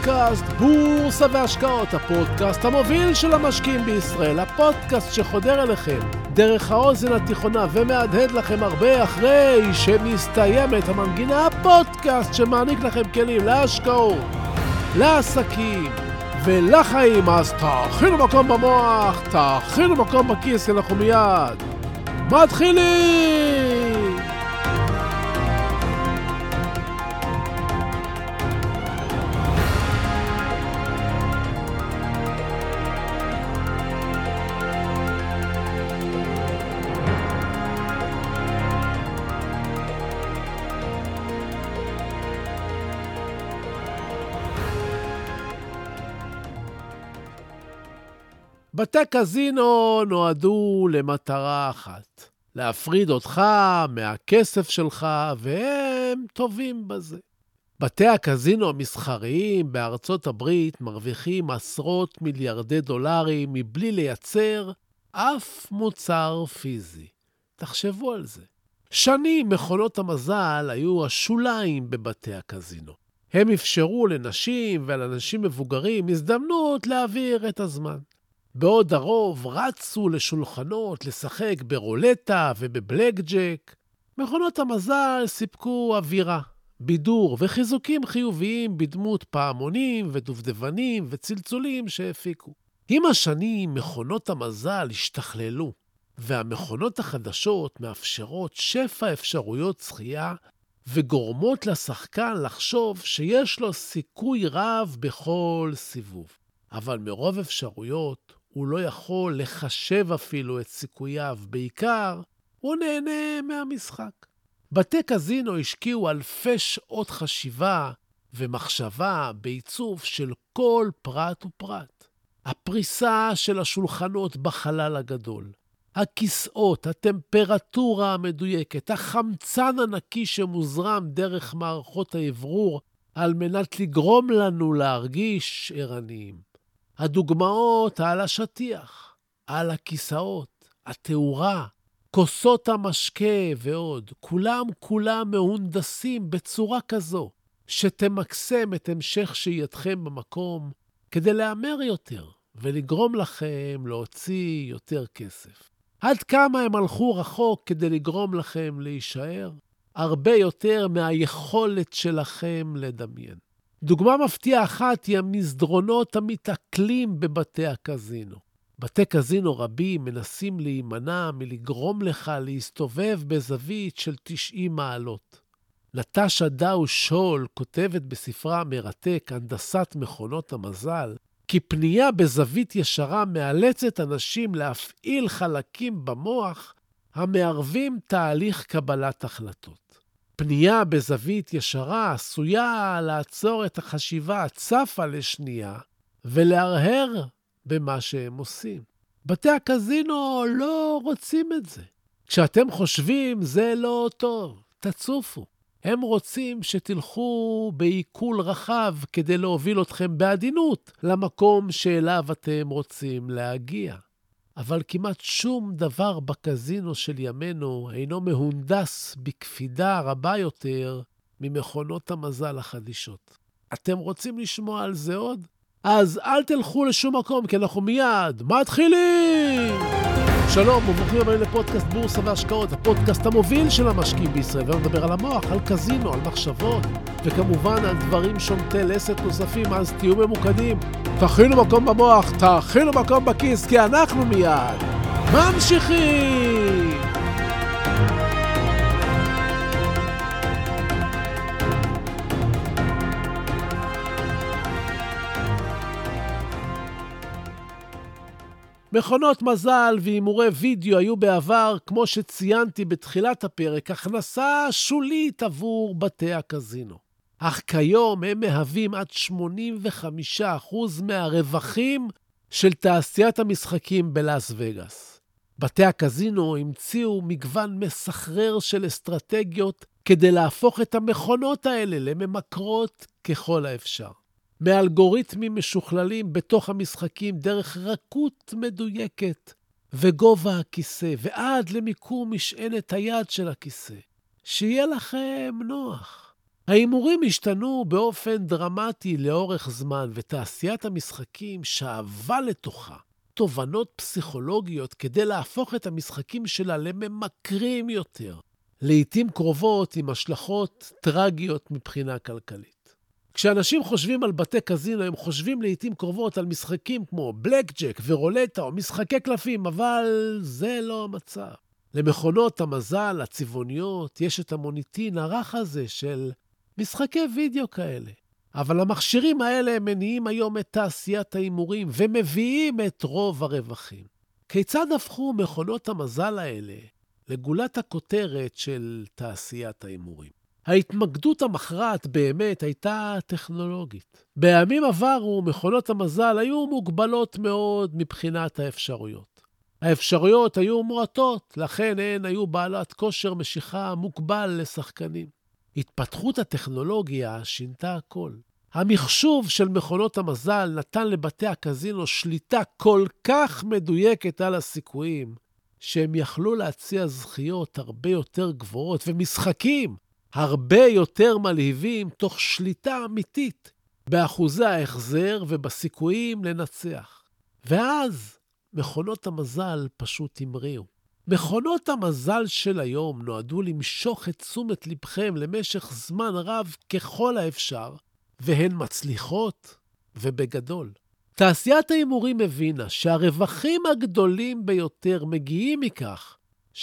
פודקאסט בורסה והשקעות, הפודקאסט המוביל של המשקיעים בישראל, הפודקאסט שחודר אליכם דרך האוזן התיכונה ומהדהד לכם הרבה אחרי שמסתיימת המנגינה, הפודקאסט שמעניק לכם כלים להשקעות, לעסקים ולחיים. אז תאכינו מקום במוח, תאכינו מקום בכיס, כי אנחנו מיד מתחילים. בתי קזינו נועדו למטרה אחת, להפריד אותך מהכסף שלך, והם טובים בזה. בתי הקזינו המסחריים בארצות הברית מרוויחים עשרות מיליארדי דולרים מבלי לייצר אף מוצר פיזי. תחשבו על זה. שנים מכונות המזל היו השוליים בבתי הקזינו. הם אפשרו לנשים ולאנשים מבוגרים הזדמנות להעביר את הזמן. בעוד הרוב רצו לשולחנות לשחק ברולטה ובבלק ג'ק, מכונות המזל סיפקו אווירה, בידור וחיזוקים חיוביים בדמות פעמונים ודובדבנים וצלצולים שהפיקו. עם השנים מכונות המזל השתכללו, והמכונות החדשות מאפשרות שפע אפשרויות זכייה וגורמות לשחקן לחשוב שיש לו סיכוי רב בכל סיבוב. אבל מרוב אפשרויות הוא לא יכול לחשב אפילו את סיכוייו, בעיקר הוא נהנה מהמשחק. בתי קזינו השקיעו אלפי שעות חשיבה ומחשבה בעיצוב של כל פרט ופרט. הפריסה של השולחנות בחלל הגדול, הכיסאות, הטמפרטורה המדויקת, החמצן הנקי שמוזרם דרך מערכות האוורור על מנת לגרום לנו להרגיש ערניים. הדוגמאות על השטיח, על הכיסאות, התאורה, כוסות המשקה ועוד, כולם מהונדסים בצורה כזו שתמקסם את המשך שהייתכם במקום כדי לאמר יותר ולגרום לכם להוציא יותר כסף. עד כמה הם הלכו רחוק כדי לגרום לכם להישאר? הרבה יותר מהיכולת שלכם לדמיין. דוגמה מפתיעה אחת היא המסדרונות המתעכלים בבתי הקזינו. בתי קזינו רבים מנסים להימנע מלגרום לך להסתובב בזווית של 90 מעלות. נטשה דאו שול כותבת בספרה המרתק הנדסת מכונות המזל, כי פנייה בזווית ישרה מאלצת אנשים להפעיל חלקים במוח המערבים תהליך קבלת החלטות. פנייה בזווית ישרה עשויה לעצור את החשיבה הצפה לשנייה ולהרהר במה שהם עושים. בתי הקזינו לא רוצים את זה. כשאתם חושבים זה לא טוב, תצופו. הם רוצים שתלכו בעיכול רחב כדי להוביל אתכם בעדינות למקום שאליו אתם רוצים להגיע. אבל כמעט שום דבר בקזינו של ימינו אינו מהונדס בקפידה רבה יותר ממכונות המזל החדישות. אתם רוצים לשמוע על זה עוד? אז אל תלכו לשום מקום, כי אנחנו מיד מתחילים! שלום וברוכים הבאים לפודקאסט בורסה והשקעות, הפודקאסט המוביל של המשקיעים בישראל, ונדבר על המוח, על קזינו, על מחשבות, וכמובן על דברים שומטי לסת נוספים, אז תהיו ממוקדים. תאכינו מקום במוח, תאכינו מקום בכיס, כי אנחנו מיד ממשיכים! מכונות מזל והימורי וידאו היו בעבר, כמו שציינתי בתחילת הפרק, הכנסה שולית עבור בתי הקזינו. אך כיום הם מהווים עד 85% מהרווחים של תעשיית המשחקים בלאס וגאס. בתי הקזינו המציאו מגוון מסחרר של אסטרטגיות כדי להפוך את המכונות האלה לממכרות ככל האפשר. מאלגוריתמים משוכללים בתוך המשחקים דרך רכות מדויקת וגובה הכיסא ועד למיקום משענת היד של הכיסא. שיהיה לכם נוח. ההימורים השתנו באופן דרמטי לאורך זמן, ותעשיית המשחקים שאבה לתוכה תובנות פסיכולוגיות כדי להפוך את המשחקים שלה לממכרים יותר, לעתים קרובות עם השלכות טרגיות מבחינה כלכלית. כשאנשים חושבים על בתי קזינו, הם חושבים לעתים קרובות על משחקים כמו בלק ג'ק ורולטה או משחקי קלפים, אבל זה לא המצב. למכונות המזל, הצבעוניות, יש את המוניטין הרך הזה של משחקי וידאו כאלה. אבל המכשירים האלה מניעים היום את תעשיית ההימורים ומביאים את רוב הרווחים. כיצד הפכו מכונות המזל האלה לגולת הכותרת של תעשיית ההימורים? ההתמקדות המכרעת באמת הייתה טכנולוגית. בימים עברו מכונות המזל היו מוגבלות מאוד מבחינת האפשרויות. האפשרויות היו מועטות, לכן הן היו בעלת כושר משיכה מוגבל לשחקנים. התפתחות הטכנולוגיה שינתה הכל. המחשוב של מכונות המזל נתן לבתי הקזינו שליטה כל כך מדויקת על הסיכויים, שהם יכלו להציע זכיות הרבה יותר גבוהות ומשחקים הרבה יותר מלהיבים תוך שליטה אמיתית באחוזי ההחזר ובסיכויים לנצח. ואז מכונות המזל פשוט המריאו. מכונות המזל של היום נועדו למשוך את תשומת לבכם למשך זמן רב ככל האפשר, והן מצליחות ובגדול. תעשיית ההימורים הבינה שהרווחים הגדולים ביותר מגיעים מכך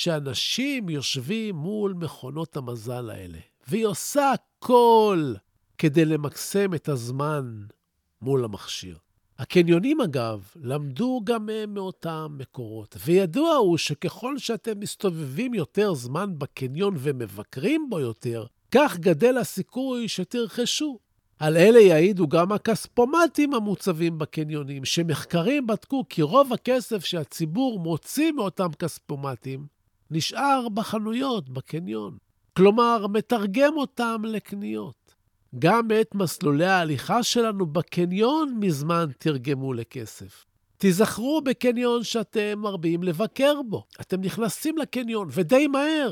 שאנשים יושבים מול מכונות המזל האלה, והיא עושה הכל כדי למקסם את הזמן מול המכשיר. הקניונים, אגב, למדו גם הם מאותם מקורות, וידוע הוא שככל שאתם מסתובבים יותר זמן בקניון ומבקרים בו יותר, כך גדל הסיכוי שתרכשו. על אלה יעידו גם הכספומטים המוצבים בקניונים, שמחקרים בדקו כי רוב הכסף שהציבור מוציא מאותם כספומטים נשאר בחנויות, בקניון. כלומר, מתרגם אותם לקניות. גם את מסלולי ההליכה שלנו בקניון מזמן תרגמו לכסף. תיזכרו בקניון שאתם מרבים לבקר בו. אתם נכנסים לקניון ודי מהר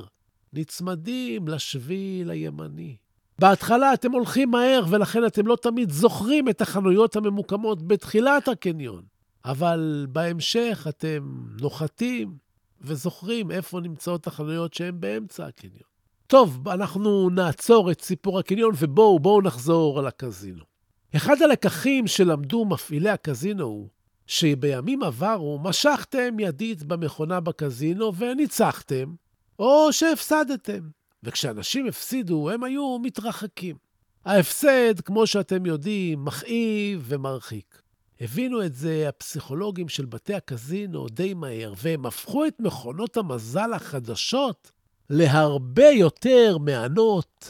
נצמדים לשביל הימני. בהתחלה אתם הולכים מהר ולכן אתם לא תמיד זוכרים את החנויות הממוקמות בתחילת הקניון. אבל בהמשך אתם נוחתים וזוכרים איפה נמצאות החנויות שהן באמצע הקניון. טוב, אנחנו נעצור את סיפור הקניון ובואו נחזור על הקזינו. אחד הלקחים שלמדו מפעילי הקזינו הוא שבימים עברו משכתם ידית במכונה בקזינו וניצחתם, או שהפסדתם. וכשאנשים הפסידו, הם היו מתרחקים. ההפסד, כמו שאתם יודעים, מכאיב ומרחיק. הבינו את זה הפסיכולוגים של בתי הקזינו די מהר, והם הפכו את מכונות המזל החדשות להרבה יותר מענות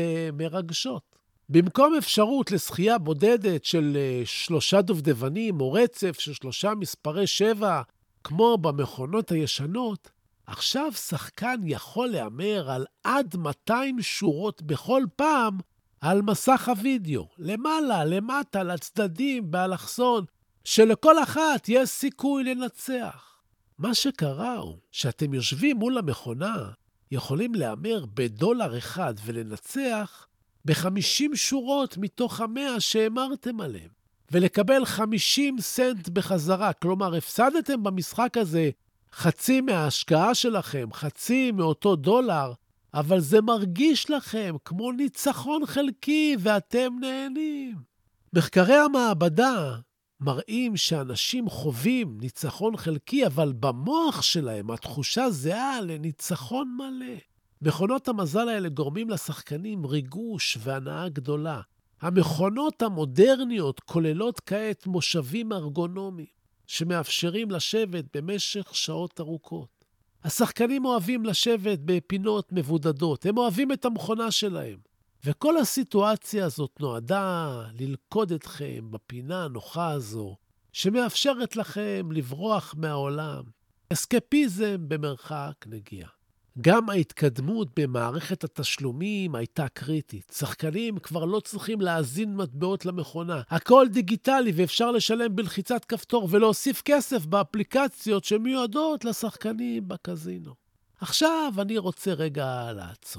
ומרגשות. במקום אפשרות לשחייה בודדת של 3 דובדבנים או רצף של 3 מספרי 7, כמו במכונות הישנות, עכשיו שחקן יכול להמר על עד 200 שורות בכל פעם על מסך הוידאו, למעלה, למטה, לצדדים, באלכסון, שלכל אחת יש סיכוי לנצח. מה שקרה הוא שאתם יושבים מול המכונה, יכולים להמר $1 ולנצח ב-50 שורות מתוך 100 שהמרתם עליהם, ולקבל 50 סנט בחזרה. כלומר, הפסדתם במשחק הזה חצי מההשקעה שלכם, חצי מאותו $1, אבל זה מרגיש לכם כמו ניצחון חלקי ואתם נהנים. מחקרי המעבדה מראים שאנשים חווים ניצחון חלקי, אבל במוח שלהם התחושה זהה לניצחון מלא. מכונות המזל האלה גורמים לשחקנים ריגוש והנאה גדולה. המכונות המודרניות כוללות כעת מושבים ארגונומיים, שמאפשרים לשבת במשך שעות ארוכות. השחקנים אוהבים לשבת בפינות מבודדות, הם אוהבים את המכונה שלהם. וכל הסיטואציה הזאת נועדה ללכוד אתכם בפינה הנוחה הזו, שמאפשרת לכם לברוח מהעולם. אסקפיזם במרחק נגיעה. גם ההתקדמות במערכת התשלומים הייתה קריטית. שחקנים כבר לא צריכים להזין מטבעות למכונה. הכל דיגיטלי ואפשר לשלם בלחיצת כפתור ולהוסיף כסף באפליקציות שמיועדות לשחקנים בקזינו. עכשיו אני רוצה רגע לעצור.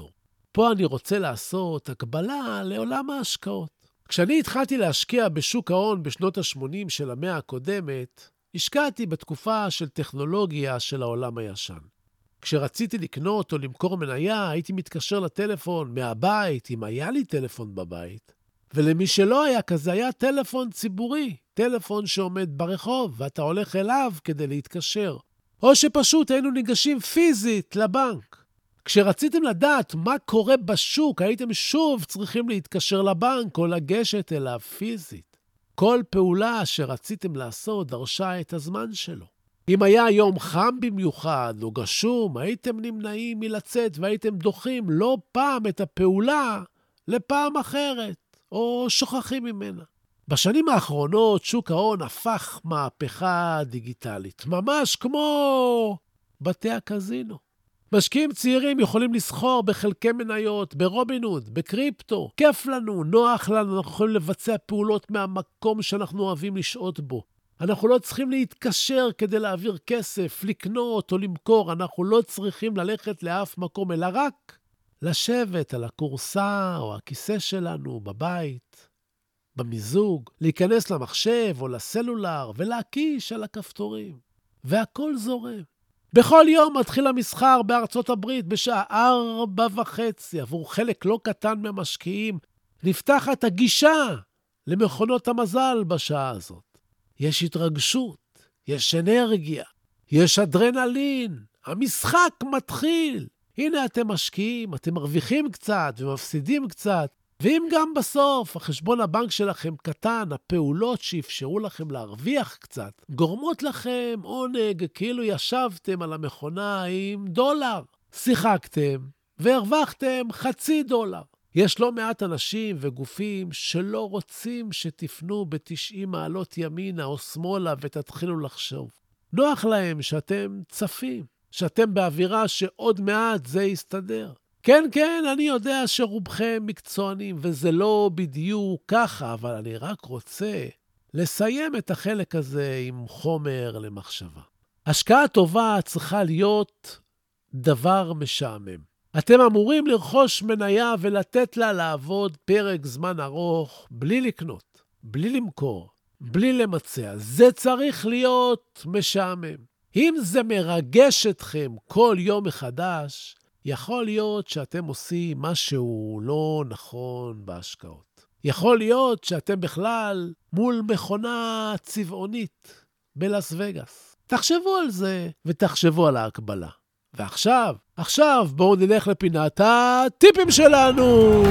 פה אני רוצה לעשות הקבלה לעולם ההשקעות. כשאני התחלתי להשקיע בשוק ההון בשנות ה-80 של המאה הקודמת, השקעתי בתקופה של טכנולוגיה של העולם הישן. כשרציתי לקנות או למכור מניה, הייתי מתקשר לטלפון מהבית, אם היה לי טלפון בבית. ולמי שלא היה כזה, היה טלפון ציבורי, טלפון שעומד ברחוב, ואתה הולך אליו כדי להתקשר. או שפשוט היינו ניגשים פיזית לבנק. כשרציתם לדעת מה קורה בשוק, הייתם שוב צריכים להתקשר לבנק או לגשת אליו פיזית. כל פעולה שרציתם לעשות דרשה את הזמן שלו. אם היה יום חם במיוחד או גשום, הייתם נמנעים מלצאת והייתם דוחים לא פעם את הפעולה לפעם אחרת, או שוכחים ממנה. בשנים האחרונות שוק ההון הפך מהפכה דיגיטלית, ממש כמו בתי הקזינו. משקיעים צעירים יכולים לסחור בחלקי מניות, ברובינהוד, בקריפטו. כיף לנו, נוח לנו, אנחנו יכולים לבצע פעולות מהמקום שאנחנו אוהבים לשהות בו. אנחנו לא צריכים להתקשר כדי להעביר כסף, לקנות או למכור. אנחנו לא צריכים ללכת לאף מקום, אלא רק לשבת על הכורסה או הכיסא שלנו בבית, במיזוג, להיכנס למחשב או לסלולר ולהקיש על הכפתורים. והכל זורם. בכל יום מתחיל המסחר בארצות הברית בשעה 4:30. עבור חלק לא קטן מהמשקיעים נפתחת הגישה למכונות המזל בשעה הזאת. יש התרגשות, יש אנרגיה, יש אדרנלין, המשחק מתחיל. הנה אתם משקיעים, אתם מרוויחים קצת ומפסידים קצת, ואם גם בסוף החשבון הבנק שלכם קטן, הפעולות שאפשרו לכם להרוויח קצת, גורמות לכם עונג כאילו ישבתם על המכונה עם דולר. שיחקתם והרווחתם $0.50. יש לא מעט אנשים וגופים שלא רוצים שתפנו ב-90 מעלות ימינה או שמאלה ותתחילו לחשוב. נוח להם שאתם צפים, שאתם באווירה שעוד מעט זה יסתדר. כן, כן, אני יודע שרובכם מקצוענים, וזה לא בדיוק ככה, אבל אני רק רוצה לסיים את החלק הזה עם חומר למחשבה. השקעה טובה צריכה להיות דבר משעמם. אתם אמורים לרכוש מניה ולתת לה לעבוד פרק זמן ארוך, בלי לקנות, בלי למכור, בלי למצע. זה צריך להיות משעמם. אם זה מרגש אתכם כל יום מחדש, יכול להיות שאתם עושים משהו לא נכון בהשקעות. יכול להיות שאתם בכלל מול מכונה צבעונית בלאס וגאס. תחשבו על זה ותחשבו על ההקבלה. ועכשיו בואו נלך לפינת הטיפים שלנו.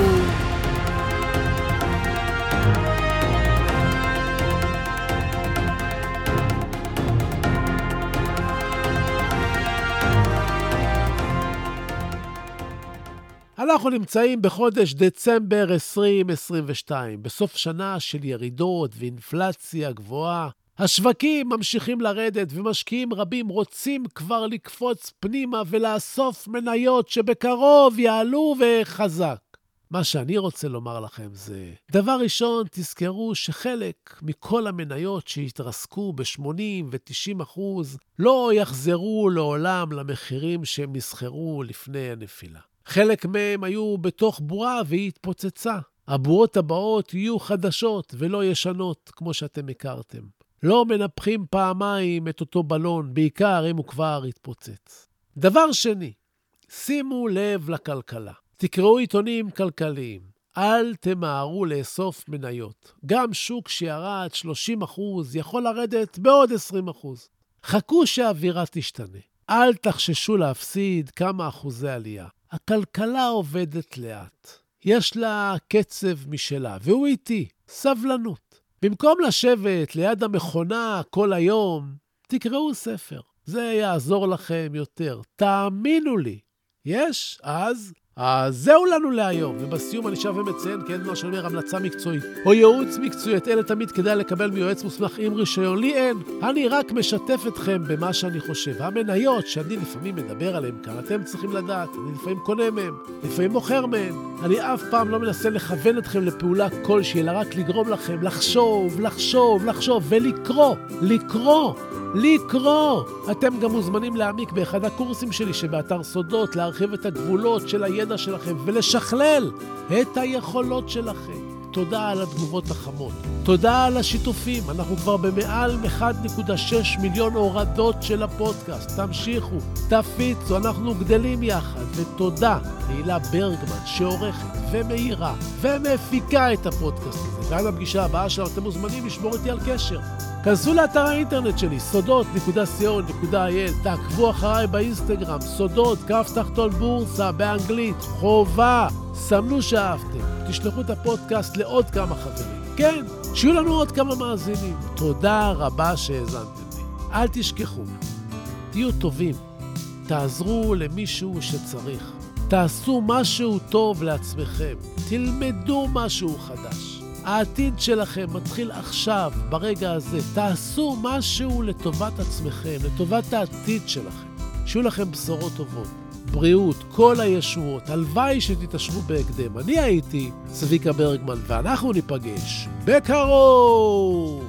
אנחנו נמצאים בחודש דצמבר 2022, בסוף שנה של ירידות ואינפלציה גבוהה. השווקים ממשיכים לרדת ומשקיעים רבים רוצים כבר לקפוץ פנימה ולאסוף מניות שבקרוב יעלו וחזק. מה שאני רוצה לומר לכם זה, דבר ראשון, תזכרו שחלק מכל המניות שהתרסקו ב-80 ו-90% לא יחזרו לעולם למחירים שהם נסחרו לפני הנפילה. חלק מהם היו בתוך בועה והיא התפוצצה. הבועות הבאות יהיו חדשות ולא ישנות כמו שאתם הכרתם. לא מנפחים פעמיים את אותו בלון, בעיקר אם הוא כבר התפוצץ. דבר שני, שימו לב לכלכלה. תקראו עיתונים כלכליים. אל תמהרו לאסוף מניות. גם שוק שירד 30% יכול לרדת בעוד 20%. חכו שהאווירה תשתנה. אל תחששו להפסיד כמה אחוזי עלייה. הכלכלה עובדת לאט. יש לה קצב משלה, והוא איתי, סבלנות. במקום לשבת ליד המכונה כל היום, תקראו ספר. זה יעזור לכם יותר. תאמינו לי. יש? אז זהו לנו להיום. ובסיום אני שב ומציין, כי אין מה שאני אומר, המלצה מקצועית או ייעוץ מקצועי. את אלה תמיד כדאי לקבל מיועץ מוסמך עם רישיון. לי אין. אני רק משתף אתכם במה שאני חושב. המניות שאני לפעמים מדבר עליהן כאן, אתם צריכים לדעת. אני לפעמים קונה מהם, לפעמים מוכר מהם. אני אף פעם לא מנסה לכוון אתכם לפעולה כלשהי, אלא רק לגרום לכם לחשוב ולקרוא. אתם גם מוזמנים להעמיק באחד הקורסים שלי שבאתר סודות, להרחיב את הגבולות של הידע הידע שלכם ולשכלל את היכולות שלכם. תודה על התגובות החמות. תודה על השיתופים. אנחנו כבר במעל 1.6 מיליון הורדות של הפודקאסט. תמשיכו, תפיצו, אנחנו גדלים יחד. ותודה להילה ברגמן שעורכת ומאירה ומפיקה את הפודקאסט הזה. ועד הפגישה הבאה שלנו אתם מוזמנים לשמור איתי על קשר. כנסו לאתר האינטרנט שלי, sodot.co.il, תעקבו אחריי באינסטגרם, סודות, בורסה, באנגלית, חובה. סמנו שאהבתם, תשלחו את הפודקאסט לעוד כמה חברים. כן, שיהיו לנו עוד כמה מאזינים. תודה רבה שהאזנתם לי. אל תשכחו, תהיו טובים, תעזרו למישהו שצריך, תעשו משהו טוב לעצמכם, תלמדו משהו חדש. העתיד שלכם מתחיל עכשיו, ברגע הזה. תעשו משהו לטובת עצמכם, לטובת העתיד שלכם. שיהיו לכם בשורות טובות. בריאות, כל הישועות, הלוואי שתתעשרו בהקדם. אני הייתי צביקה ברגמן, ואנחנו ניפגש בקרוב!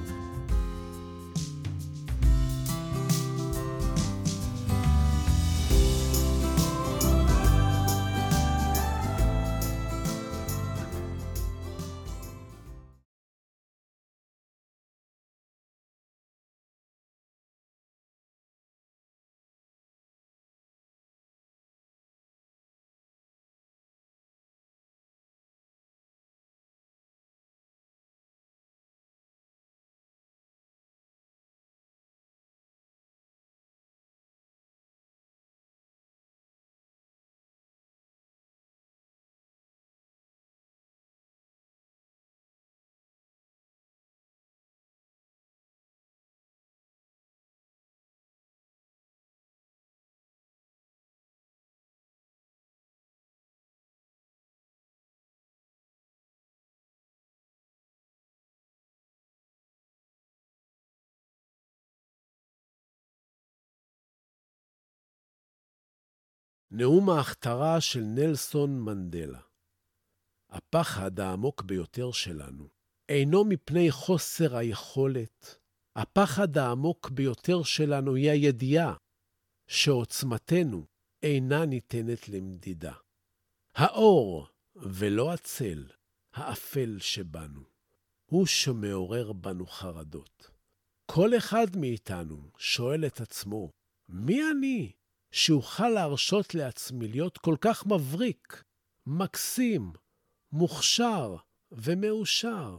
נאום ההכתרה של נלסון מנדלה. הפחד העמוק ביותר שלנו אינו מפני חוסר היכולת. הפחד העמוק ביותר שלנו היא הידיעה שעוצמתנו אינה ניתנת למדידה. האור ולא הצל, האפל שבנו, הוא שמעורר בנו חרדות. כל אחד מאיתנו שואל את עצמו, מי אני שאוכל להרשות לעצמי להיות כל כך מבריק, מקסים, מוכשר ומאושר?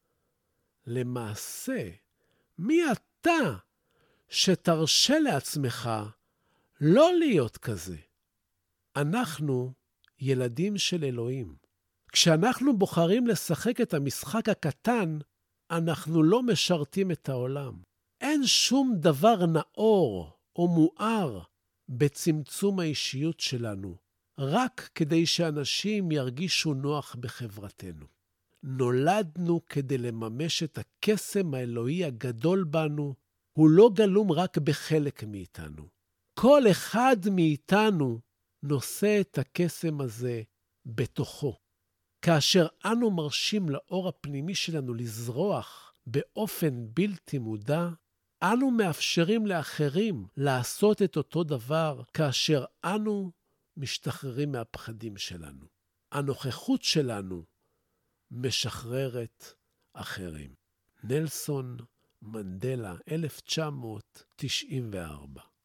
למעשה, מי אתה שתרשה לעצמך לא להיות כזה? אנחנו ילדים של אלוהים. כשאנחנו בוחרים לשחק את המשחק הקטן, אנחנו לא משרתים את העולם. אין שום דבר נאור או מואר בצמצום האישיות שלנו, רק כדי שאנשים ירגישו נוח בחברתנו. נולדנו כדי לממש את הקסם האלוהי הגדול בנו, הוא לא גלום רק בחלק מאיתנו. כל אחד מאיתנו נושא את הקסם הזה בתוכו. כאשר אנו מרשים לאור הפנימי שלנו לזרוח באופן בלתי מודע, אנו מאפשרים לאחרים לעשות את אותו דבר כאשר אנו משתחררים מהפחדים שלנו. הנוכחות שלנו משחררת אחרים. נלסון מנדלה, 1994.